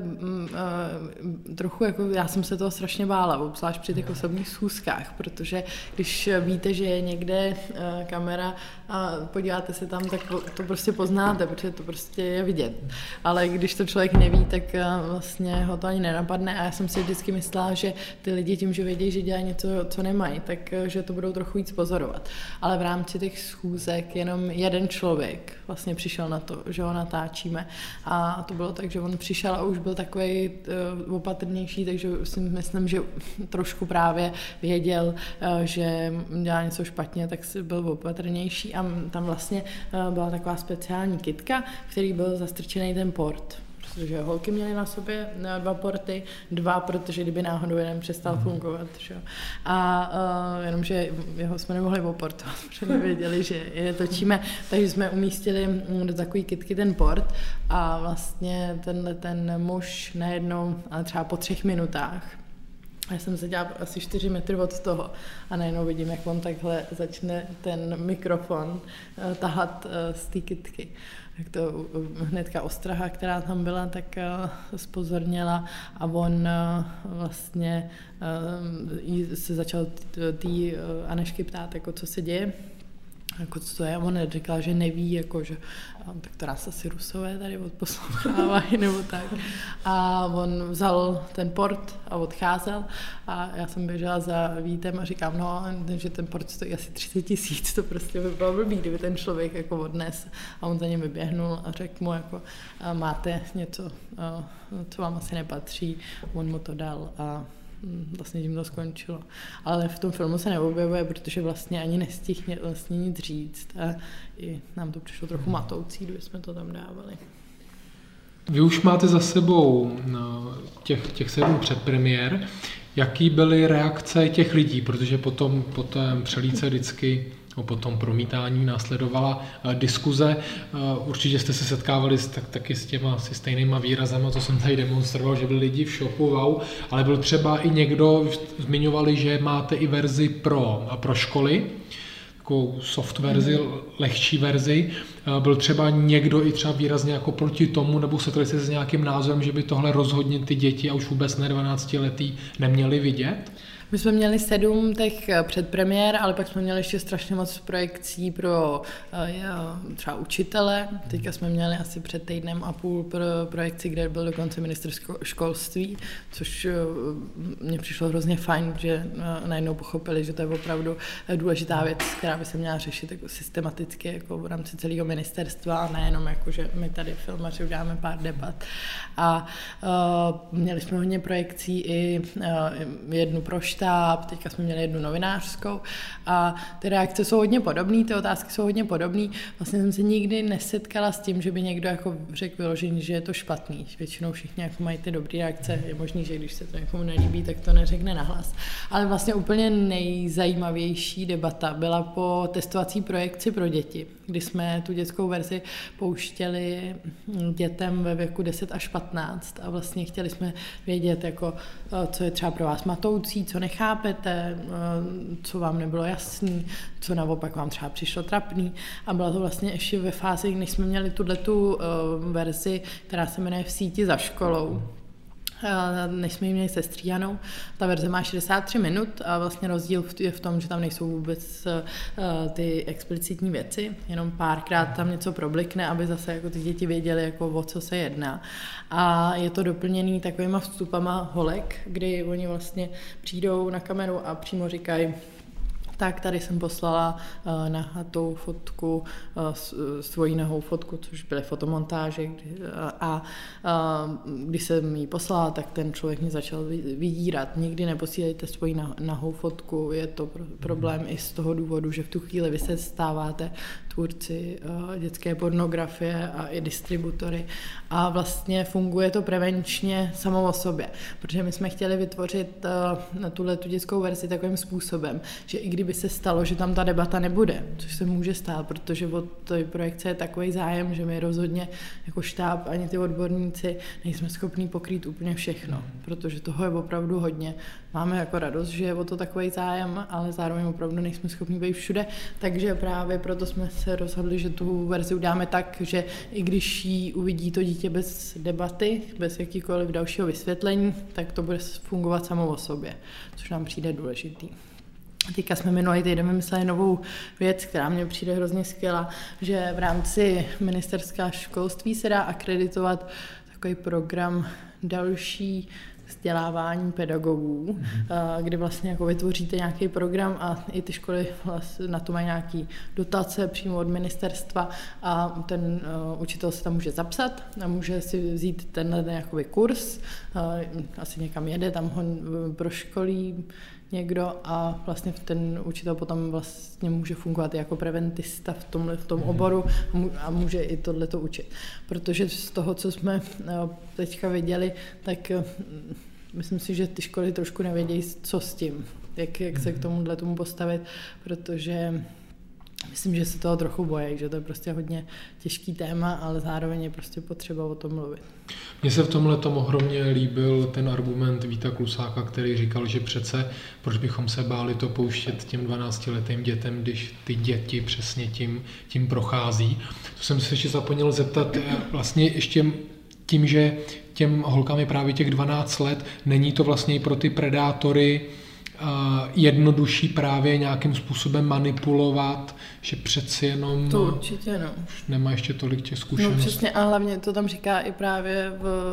trochu, jako já jsem se toho strašně bála, obzvlášť při těch osobních schůzkách, protože když víte, že je někde kamera a podíváte se tam, tak to prostě poznáte, protože to prostě je vidět. Ale když to člověk neví, tak vlastně ho to ani nenapadne a já jsem si vždycky myslela, že ty lidi tím, že vědí, že dělají něco, co nemají, tak že to budou trochu víc pozorovat. Ale v rámci těch schůzek jenom jeden člověk vlastně přišel na to, že ho natáčíme a to bylo tak, že on přišel a už byl takový opatrnější, takže si myslím, že trošku právě věděl, že dělá něco špatně, tak byl opatrnější a tam vlastně byla taková speciální kytka, v který byl zastrčený ten port. Protože holky měly na sobě 2 porty, 2, protože kdyby náhodou jeden přestal fungovat. Že? A jenomže jeho jsme nemohli oportovat, protože nevěděli, že je točíme, takže jsme umístili do takové kytky ten port a vlastně ten muž najednou, ale třeba po 3 minutách, já jsem seděla asi 4 metry od toho a najednou vidím, jak on takhle začne ten mikrofon tahat z té kytky. Jak to hnedka ostraha, která tam byla, tak zpozorněla a on vlastně se začal té Anešky ptát, jako co se děje. Jako co je, on říkal, že neví, jako, že tak to nás asi Rusové tady odposlouchávají nebo tak. A on vzal ten port a odcházel a já jsem běžela za Vítem a říkám, no, že ten port stojí asi 30 000, to prostě by bylo blbý, kdyby ten člověk jako odnes a on za ním vyběhnul a řekl mu, jako máte něco, co vám asi nepatří, on mu to dal a vlastně tím to skončilo. Ale v tom filmu se neobjevuje, protože vlastně ani nestihne vlastně nic říct a i nám to přišlo trochu matoucí, když jsme to tam dávali. Vy už máte za sebou těch 7 předpremiér. Jaký byly reakce těch lidí? Protože potom po té přelídce vždycky po tom promítání následovala diskuze. Určitě jste se setkávali taky s těma asi stejnýma výrazama, co jsem tady demonstroval, že byli lidi v šoku, wow, ale byl třeba i někdo, zmiňovali, že máte i verzi pro školy, takovou soft verzi, lehčí verzi. Byl třeba někdo i třeba výrazně jako proti tomu, nebo setkali se s nějakým názorem, že by tohle rozhodně ty děti a už vůbec ne 12letý neměli vidět? My jsme měli 7 těch předpremiér, ale pak jsme měli ještě strašně moc projekcí pro třeba učitele. Teďka jsme měli asi před 1,5 týdnem pro projekci, kde byl dokonce ministr školství, což mně přišlo hrozně fajn, že najednou pochopili, že to je opravdu důležitá věc, která by se měla řešit jako systematicky jako v rámci celého ministerstva a nejenom jako, že my tady filmaři uděláme pár debat. A měli jsme hodně projekcí i jednu pro štáb, teďka jsme měli jednu novinářskou a ty reakce jsou hodně podobné, ty otázky jsou hodně podobné. Vlastně jsem se nikdy nesetkala s tím, že by někdo jako řekl vyloženě, že je to špatný. Většinou všichni jako mají ty dobré reakce, je možný, že když se to někomu nelíbí, tak to neřekne nahlas. Ale vlastně úplně nejzajímavější debata byla po testovací projekci pro děti, kdy jsme tu dětskou verzi pouštěli dětem ve věku 10 až 15 a vlastně chtěli jsme vědět, jako, co je třeba pro vás matoucí, co nechápete, co vám nebylo jasný, co naopak vám třeba přišlo trapný. A bylo to vlastně ještě ve fázi, než jsme měli tuhletu verzi, která se jmenuje V síti za školou, než jsme ji měli sestříhanou. Ta verze má 63 minut a vlastně rozdíl je v tom, že tam nejsou vůbec ty explicitní věci, jenom párkrát tam něco problikne, aby zase jako ty děti věděly, jako o co se jedná. A je to doplněný takovýma vstupama holek, kdy oni vlastně přijdou na kameru a přímo říkají, tak tady jsem poslala nahatou fotku, svoji nahou fotku, což byly fotomontáže a když jsem ji poslala, tak ten člověk mě začal vydírat. Nikdy neposílejte svoji nahou fotku, je to problém i z toho důvodu, že v tu chvíli vy se stáváte tvůrci dětské pornografie a i distributory a vlastně funguje to prevenčně samo o sobě, protože my jsme chtěli vytvořit tu dětskou verzi takovým způsobem, že i kdyby se stalo, že tam ta debata nebude, což se může stát, protože od té projekce je takový zájem, že my rozhodně jako štáb ani ty odborníci nejsme schopní pokrýt úplně všechno, protože toho je opravdu hodně. Máme jako radost, že je o to takový zájem, ale zároveň opravdu nejsme schopní být všude, takže právě proto jsme se rozhodli, že tu verzi udáme tak, že i když ji uvidí to dítě bez debaty, bez jakýkoliv dalšího vysvětlení, tak to bude fungovat samo o sobě, což nám přijde důležitý. Teďka jsme minulý týden vymysleli novou věc, která mně přijde hrozně skvělá, že v rámci ministerstva školství se dá akreditovat takový program další vzdělávání pedagogů, kdy vlastně jako vytvoříte nějaký program a i ty školy vlastně na to mají nějaký dotace přímo od ministerstva a ten učitel se tam může zapsat a může si vzít tenhle jakoby kurz, asi někam jede, tam ho proškolí někdo a vlastně ten učitel potom vlastně může fungovat jako preventista v tom oboru a může i tohleto učit. Protože z toho, co jsme teďka viděli, tak myslím si, že ty školy trošku nevědějí, co s tím, jak se k tomu postavit, protože myslím, že se toho trochu bojí, že to je prostě hodně těžký téma, ale zároveň je prostě potřeba o tom mluvit. Mně se v tomhletom ohromně líbil ten argument Víta Klusáka, který říkal, že přece proč bychom se báli to pouštět těm 12letým dětem, když ty děti přesně tím prochází. To jsem se ještě zapomněl zeptat vlastně ještě tím, že těm holkám je právě těch 12 let, není to vlastně i pro ty predátory jednodušší právě nějakým způsobem manipulovat, že přeci jenom to určitě, no. Už nemá ještě tolik těch zkušeností. No přesně a hlavně to tam říká i právě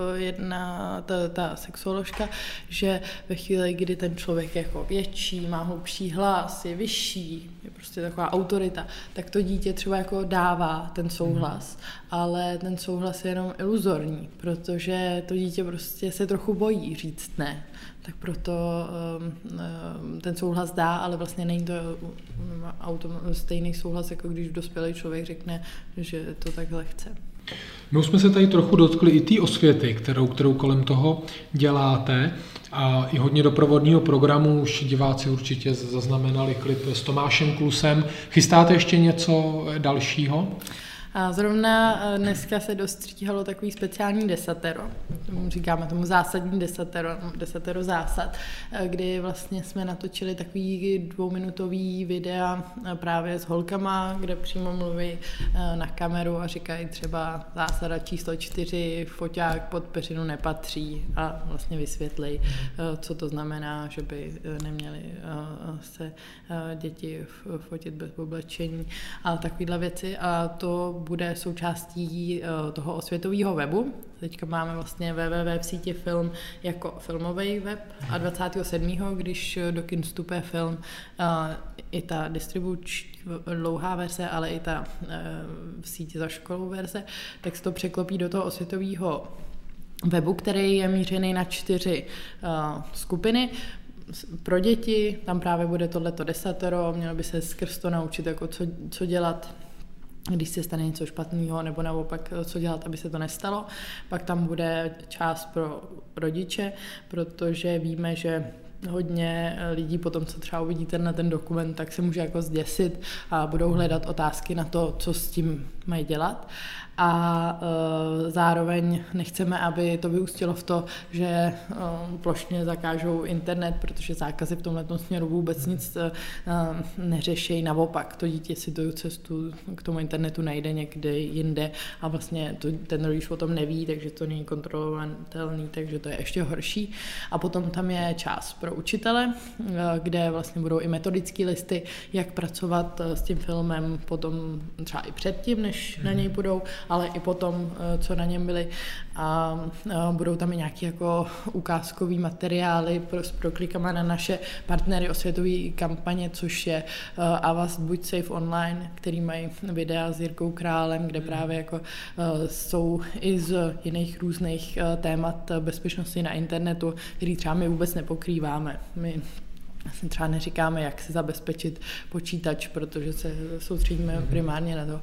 ta sexuoložka, že ve chvíli, kdy ten člověk je jako větší, má hlubší hlas, je vyšší, je prostě taková autorita, tak to dítě třeba jako dává ten souhlas, ale ten souhlas je jenom iluzorní, protože to dítě prostě se trochu bojí říct ne. Tak proto ten souhlas dá, ale vlastně není to stejný souhlas, jako když dospělý člověk řekne, že to takhle chce. My už jsme se tady trochu dotkli i té osvěty, kterou kolem toho děláte a i hodně doprovodného programu už diváci určitě zaznamenali klip s Tomášem Klusem. Chystáte ještě něco dalšího? A zrovna dneska se dostříhalo takový speciální desatero, říkáme tomu zásadní desatero zásad, kdy vlastně jsme natočili takový 2minutový videa právě s holkama, kde přímo mluví na kameru a říkají třeba zásada číslo 4, foťák pod peřinu nepatří a vlastně vysvětlí, co to znamená, že by neměly se děti fotit bez oblečení a takovýhle věci a to bude součástí toho osvětového webu. Teďka máme vlastně www v síti film jako filmový web a 27. když do kin vstupuje film, i ta distribuční dlouhá verze, ale i ta v síti za školou verze, tak se to překlopí do toho osvětového webu, který je mířený na 4 skupiny. pro děti, tam právě bude tohleto desatero, mělo by se skrz to naučit, jako co dělat, když se stane něco špatného, nebo naopak, co dělat, aby se to nestalo. Pak tam bude část pro rodiče, protože víme, že hodně lidí potom, co třeba uvidí ten dokument, tak se může jako zděsit a budou hledat otázky na to, co s tím mají dělat. A zároveň nechceme, aby to vyústilo v to, že plošně zakážou internet, protože zákazy v tomto směru vůbec nic neřeší. Naopak, to dítě si tu cestu k tomu internetu najde někde jinde a vlastně ten rodič o tom neví, takže to není kontrolovatelný, takže to je ještě horší. A potom tam je čas pro učitele, kde vlastně budou i metodické listy, jak pracovat s tím filmem potom třeba i předtím, než na něj budou, ale i potom, co na něm byly. A budou tam i nějaké jako ukázkový materiály s proklikama na naše partnery osvětové kampaně, což je Avast Buď Safe Online, který mají videa s Jirkou Králem, kde právě jako jsou i z jiných různých témat bezpečnosti na internetu, který třeba my vůbec nepokrýváme. My třeba neříkáme, jak si zabezpečit počítač, protože se soustředíme primárně na to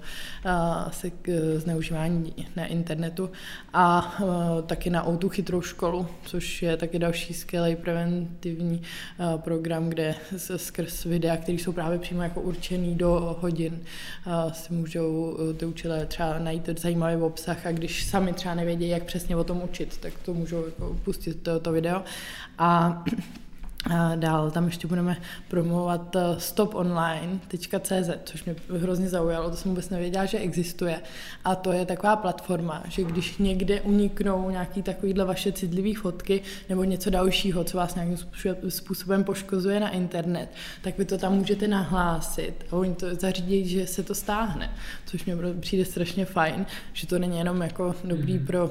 zneužívání na internetu a taky na tu chytrou školu, což je taky další skvělý preventivní program, kde skrz videa, které jsou právě přímo jako určený do hodin, si můžou ty učitelé třeba najít zajímavý obsah a když sami třeba nevědí, jak přesně o tom učit, tak to můžou jako pustit to video. A dál tam ještě budeme promovat stoponline.cz, což mě hrozně zaujalo, to jsem vůbec nevěděla, že existuje. A to je taková platforma, že když někde uniknou nějaký takovýhle vaše citlivé fotky nebo něco dalšího, co vás nějakým způsobem poškozuje na internet, tak vy to tam můžete nahlásit a oni to zařídí, že se to stáhne, což mě přijde strašně fajn, že to není jenom jako dobrý pro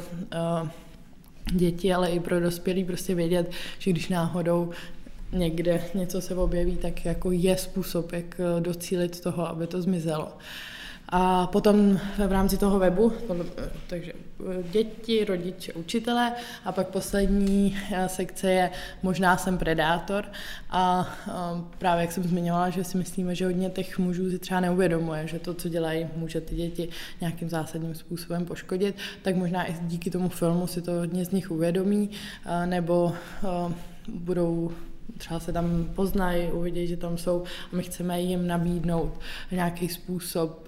děti, ale i pro dospělí prostě vědět, že když náhodou někde něco se objeví, tak jako je způsob, jak docílit toho, aby to zmizelo. A potom v rámci toho webu, takže děti, rodiče, učitelé a pak poslední sekce je Možná jsem predátor a právě jak jsem zmiňovala, že si myslíme, že hodně těch mužů si třeba neuvědomuje, že to, co dělají, může ty děti nějakým zásadním způsobem poškodit, tak možná i díky tomu filmu si to hodně z nich uvědomí nebo budou třeba se tam poznají, uvidí, že tam jsou a my chceme jim nabídnout nějaký způsob,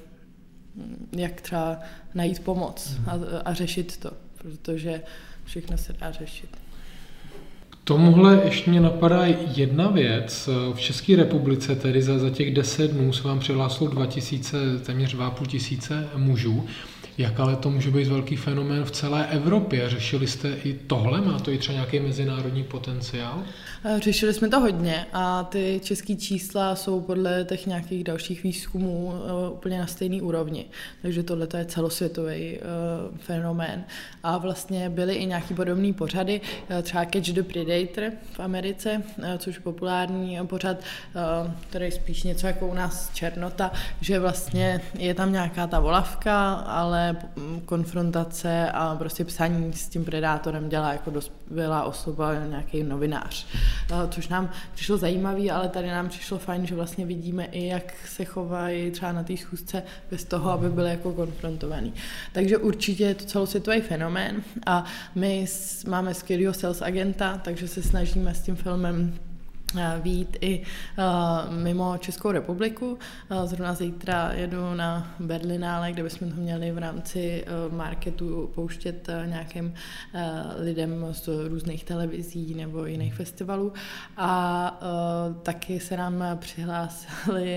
jak třeba najít pomoc a řešit to, protože všechno se dá řešit. K tomuhle ještě mě napadá jedna věc. V České republice tedy za těch 10 dnů se vám přihlásilo 2000, téměř 2500 mužů. Jak ale to může být velký fenomén v celé Evropě? Řešili jste i tohle? Má to i třeba nějaký mezinárodní potenciál? Řešili jsme to hodně a ty české čísla jsou podle těch nějakých dalších výzkumů úplně na stejné úrovni. Takže tohle je celosvětový fenomén. A vlastně byly i nějaký podobný pořady, třeba Catch the Predator v Americe, což je populární pořad, který je spíš něco jako u nás Černota, že vlastně je tam nějaká ta volavka, ale konfrontace a prostě psaní s tím predátorem dělá jako dospělá osoba, nějaký novinář. Což nám přišlo zajímavý, ale tady nám přišlo fajn, že vlastně vidíme i, jak se chovají třeba na té schůzce bez toho, aby byly jako konfrontovaný. Takže určitě je to celosvětový fenomén a my máme skvělýho sales agenta, takže se snažíme s tím filmem vyjít i mimo Českou republiku. Zrovna zítra jedu na Berlinále, kde bychom to měli v rámci marketu pouštět nějakým lidem z různých televizí nebo jiných festivalů. A taky se nám přihlásili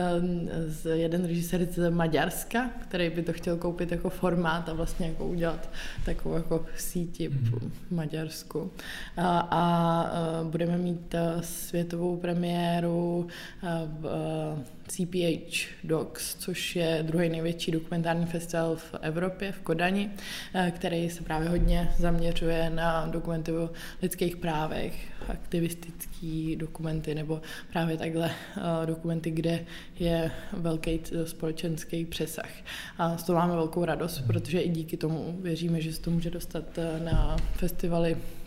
jeden režisér z Maďarska, který by to chtěl koupit jako formát a vlastně jako udělat takovou jako síti v Maďarsku. A budeme mít světovou premiéru v CPH Docs, což je druhý největší dokumentární festival v Evropě, v Kodani, který se právě hodně zaměřuje na dokumenty o lidských právech, aktivistický dokumenty nebo právě takhle dokumenty, kde je velký společenský přesah. A z toho máme velkou radost, protože i díky tomu věříme, že se to může dostat na festivaly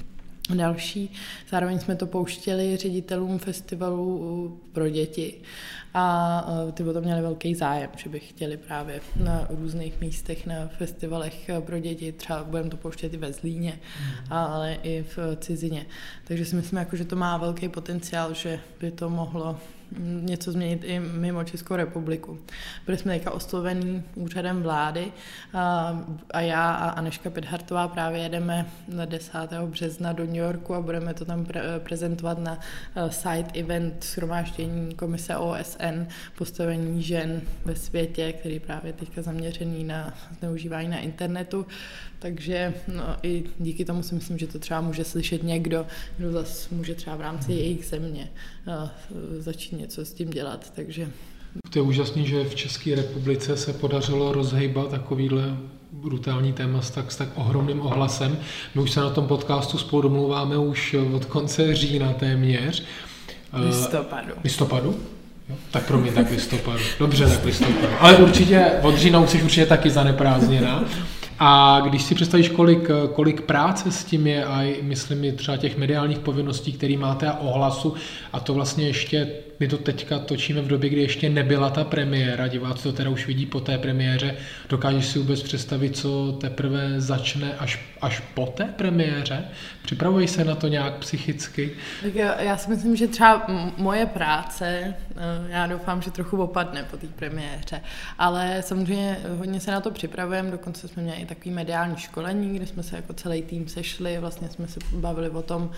další. Zároveň jsme to pouštěli ředitelům festivalů pro děti a ty o to měli velký zájem, že by chtěli právě na různých místech, na festivalech pro děti, třeba budeme to pouštět i ve Zlíně, ale i v cizině. Takže si myslím, že to má velký potenciál, že by to mohlo něco změnit i mimo Českou republiku. Byli jsme teďka oslovení úřadem vlády a já a Anežka Pidhartová právě jedeme na 10. března do New Yorku a budeme to tam prezentovat na side event shromáždění Komise OSN postavení žen ve světě, který právě teďka zaměřený na zneužívání na internetu. Takže i díky tomu si myslím, že to třeba může slyšet někdo, kdo zase může třeba v rámci jejich země začít něco s tím dělat. Takže to je úžasný, že v České republice se podařilo rozhejbat takovýhle brutální téma s tak ohromným ohlasem. My už se na tom podcastu spolu domluváme už od konce října téměř. Listopadu? Jo, tak pro mě tak listopadu. Dobře, tak listopadu. Ale určitě od října už jsi určitě taky zaneprázdněná. A když si představíš, kolik práce s tím je a myslím i třeba těch mediálních povinností, které máte a ohlasu, a to vlastně ještě, my to teďka točíme v době, kdy ještě nebyla ta premiéra, diváci to teda už vidí po té premiéře, dokážeš si vůbec představit, co teprve začne až po té premiéře? Připravuj se na to nějak psychicky? Tak já si myslím, že třeba moje práce, já doufám, že trochu opadne po té premiéře, ale samozřejmě hodně se na to připravujeme, dokonce jsme měli i takový mediální školení, kde jsme se jako celý tým sešli, vlastně jsme se bavili o tom,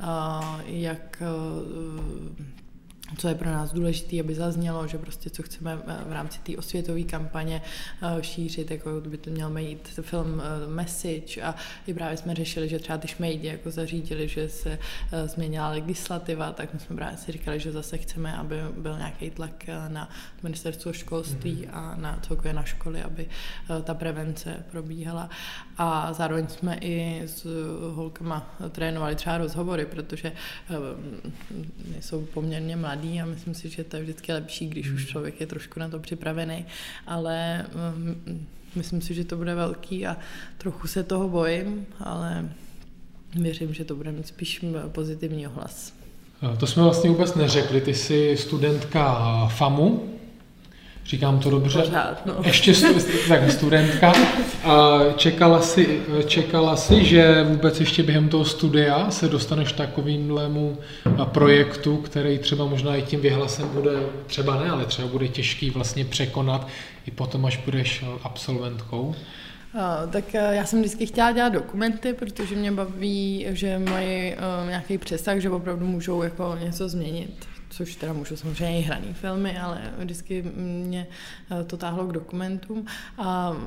co je pro nás důležité, aby zaznělo, že prostě co chceme v rámci té osvětové kampaně šířit, jako by to měl mít film message a i právě jsme řešili, že třeba ty šmejdi jako zařídili, že se změnila legislativa, tak my jsme právě si říkali, že zase chceme, aby byl nějaký tlak na ministerstvo školství a na celkově na školy, aby ta prevence probíhala. A zároveň jsme i s holkama trénovali třeba rozhovory, protože jsou poměrně mladí a myslím si, že to je vždycky lepší, když už člověk je trošku na to připravený, ale myslím si, že to bude velký a trochu se toho bojím, ale věřím, že to bude mít spíš pozitivní ohlas. To jsme vlastně vůbec neřekli, ty jsi studentka FAMu, říkám to dobře? Pořád, no. Ještě studentka. Čekala jsi, že vůbec ještě během toho studia se dostaneš takovýmhlemu projektu, který třeba možná i tím vyhlasem bude, třeba ne, ale třeba bude těžký vlastně překonat i potom, až budeš absolventkou? Tak já jsem vždycky chtěla dělat dokumenty, protože mě baví, že mají nějaký přesah, že opravdu můžou jako něco změnit. Což teda můžu samozřejmě i hraný filmy, ale vždycky mě to táhlo k dokumentům a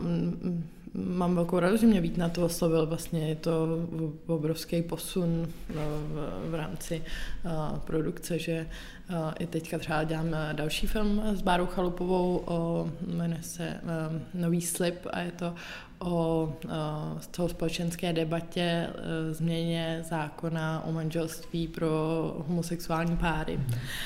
mám velkou radost, že mě Vít na to oslovil. Vlastně je to obrovský posun v rámci produkce, že i teďka třeba dělám další film s Bárou Chalupovou, jmenuje se Nový slib a je to o celospolečenské debatě změně zákona o manželství pro homosexuální páry.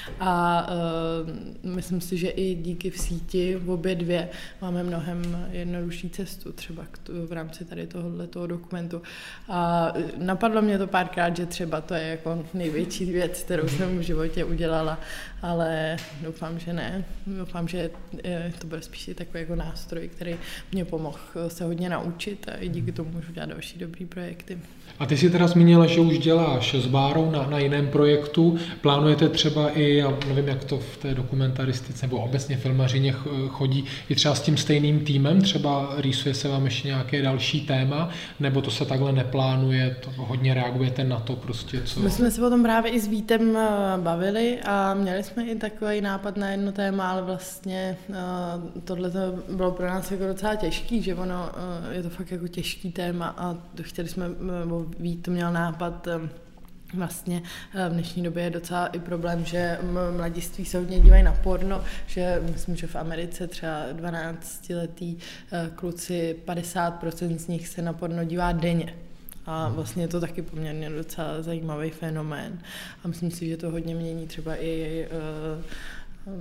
A myslím si, že i díky v síti v obě dvě máme mnohem jednodušší cestu třeba v rámci tady tohoto dokumentu. A napadlo mě to párkrát, že třeba to je jako největší věc, kterou jsem v životě udělala, ale doufám, že ne. Doufám, že to bude spíš takový jako nástroj, který mě pomohl se hodně naučit a i díky tomu můžu dělat další dobrý projekty. A ty jsi teda zmínila, že už děláš s Bárou na jiném projektu. Plánujete třeba i, já nevím, jak to v té dokumentaristice nebo obecně filmařině chodí, i třeba s tím stejným týmem? Třeba rýsuje se vám ještě nějaké další téma? Nebo to se takhle neplánuje, to hodně reagujete na to prostě, co... My jsme se o tom právě i s Vítem bavili a měli jsme i takový nápad na jedno téma, ale vlastně tohle bylo pro nás jako docela těžký, že ono je to fakt jako těžký téma a chtěli jsme, Vít měl nápad, vlastně v dnešní době je docela i problém, že mladiství se hodně dívají na porno, že myslím, že v Americe třeba 12letý kluci, 50% z nich se na porno dívá denně. A vlastně je to taky poměrně docela zajímavý fenomén. A myslím si, že to hodně mění třeba i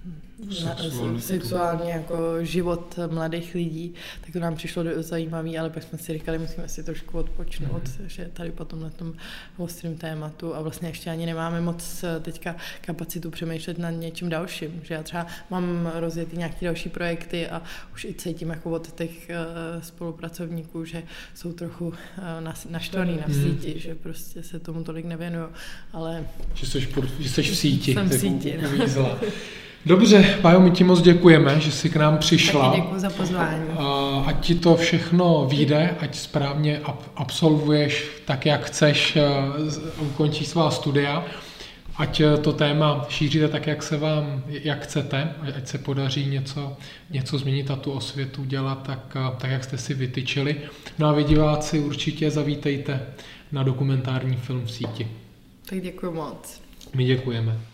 sexuálně jako život mladých lidí, tak to nám přišlo zajímavé, ale pak jsme si říkali, musíme si trošku odpočnout, že tady potom na tom ostrým tématu a vlastně ještě ani nemáme moc teďka kapacitu přemýšlet nad něčím dalším, že já třeba mám rozjetý nějaké další projekty a už i cítím jako od těch spolupracovníků, že jsou trochu naštvaný na síti, že prostě se tomu tolik nevěnují, ale... Že jsi v síti. Jsem v síti, no. Dobře, Pájo, my ti moc děkujeme, že jsi k nám přišla. Taky děkuji za pozvání. Ať ti to všechno vyjde, ať správně absolvuješ tak, jak chceš, ukončíš svá studia, ať to téma šíříte tak, jak chcete, ať se podaří něco změnit a tu osvětu dělat tak, jak jste si vytyčili. No a vy diváci určitě zavítejte na dokumentární film v síti. Tak děkuji moc. My děkujeme.